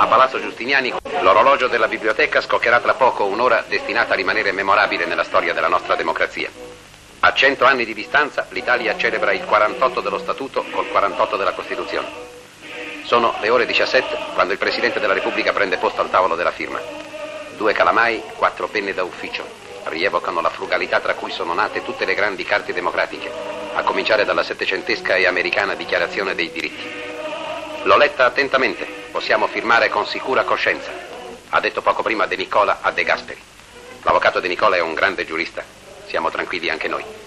A Palazzo Giustiniani l'orologio della biblioteca scoccherà tra poco un'ora destinata a rimanere memorabile nella storia della nostra democrazia. A 100 anni di distanza l'Italia celebra il 48 dello Statuto col 48 della Costituzione. Sono le ore 17 quando il Presidente della Repubblica prende posto al tavolo della firma. 2 calamai, 4 penne da ufficio rievocano la frugalità tra cui sono nate tutte le grandi carte democratiche, a cominciare dalla settecentesca e americana Dichiarazione dei diritti. L'ho letta attentamente, possiamo firmare con sicura coscienza, ha detto poco prima De Nicola a De Gasperi. L'avvocato De Nicola è un grande giurista, siamo tranquilli anche noi.